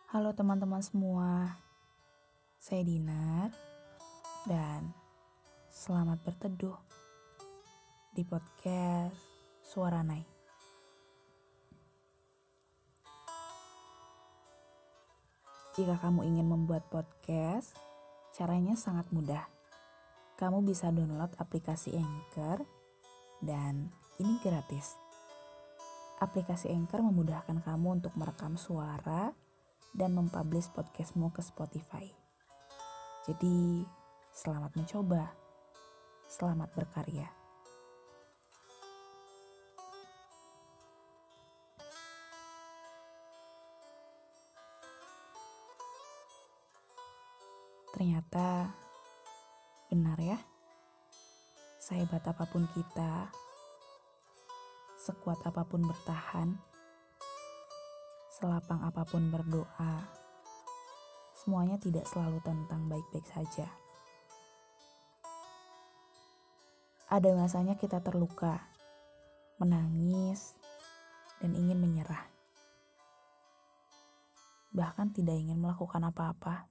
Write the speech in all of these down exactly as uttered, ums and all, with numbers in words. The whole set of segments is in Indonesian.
Halo teman-teman semua, saya Dinar dan selamat berteduh di podcast Suara Nai. Jika kamu ingin membuat podcast, caranya sangat mudah. Kamu bisa download aplikasi Anchor dan ini gratis. Aplikasi Anchor memudahkan kamu untuk merekam suara dan mempublish podcastmu ke Spotify. Jadi, selamat mencoba. Selamat berkarya. Ternyata benar ya, sehebat apapun kita, sekuat apapun bertahan, selapang apapun berdoa, semuanya tidak selalu tentang baik-baik saja. Ada masanya kita terluka, menangis, dan ingin menyerah. Bahkan tidak ingin melakukan apa-apa.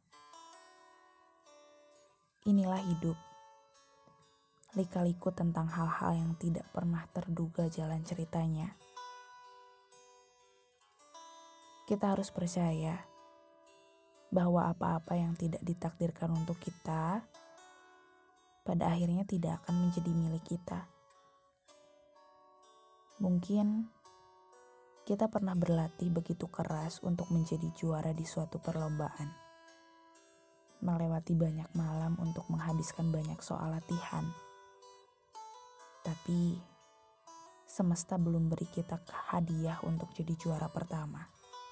Inilah hidup. Lika-liku tentang hal-hal yang tidak pernah terduga jalan ceritanya. Kita harus percaya bahwa apa-apa yang tidak ditakdirkan untuk kita, pada akhirnya tidak akan menjadi milik kita. Mungkin kita pernah berlatih begitu keras untuk menjadi juara di suatu perlombaan. Melewati banyak malam untuk menghabiskan banyak soal latihan. Tapi semesta belum beri kita hadiah untuk jadi juara pertama.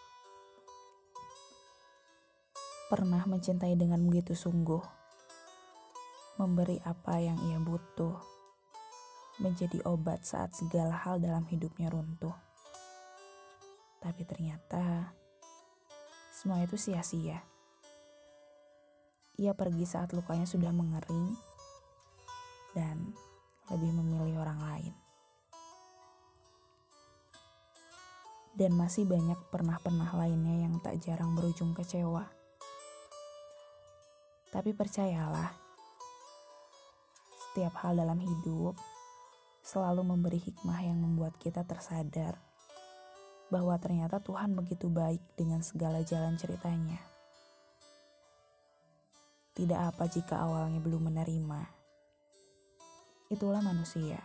Pernah mencintai dengan begitu sungguh, memberi apa yang ia butuh, menjadi obat saat segala hal dalam hidupnya runtuh. Tapi ternyata semua itu sia-sia. Ia pergi saat lukanya sudah mengering dan lebih memilih orang lain. Dan masih banyak pernah-pernah lainnya yang tak jarang berujung kecewa. Tapi percayalah, setiap hal dalam hidup selalu memberi hikmah yang membuat kita tersadar bahwa ternyata Tuhan begitu baik dengan segala jalan ceritanya. Tidak apa jika awalnya belum menerima. Itulah manusia.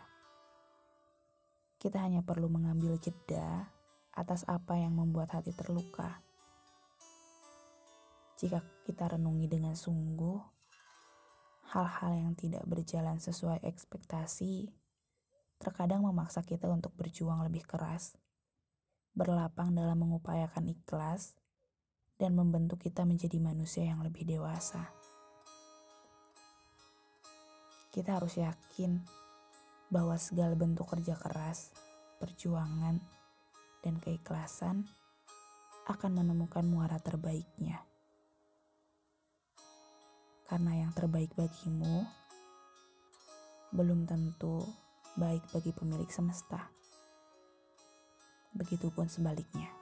Kita hanya perlu mengambil jeda atas apa yang membuat hati terluka. Jika kita renungi dengan sungguh, hal-hal yang tidak berjalan sesuai ekspektasi terkadang memaksa kita untuk berjuang lebih keras, berlapang dalam mengupayakan ikhlas, dan membentuk kita menjadi manusia yang lebih dewasa. Kita harus yakin bahwa segala bentuk kerja keras, perjuangan, dan keikhlasan akan menemukan muara terbaiknya. Karena yang terbaik bagimu belum tentu baik bagi pemilik semesta. Begitupun sebaliknya.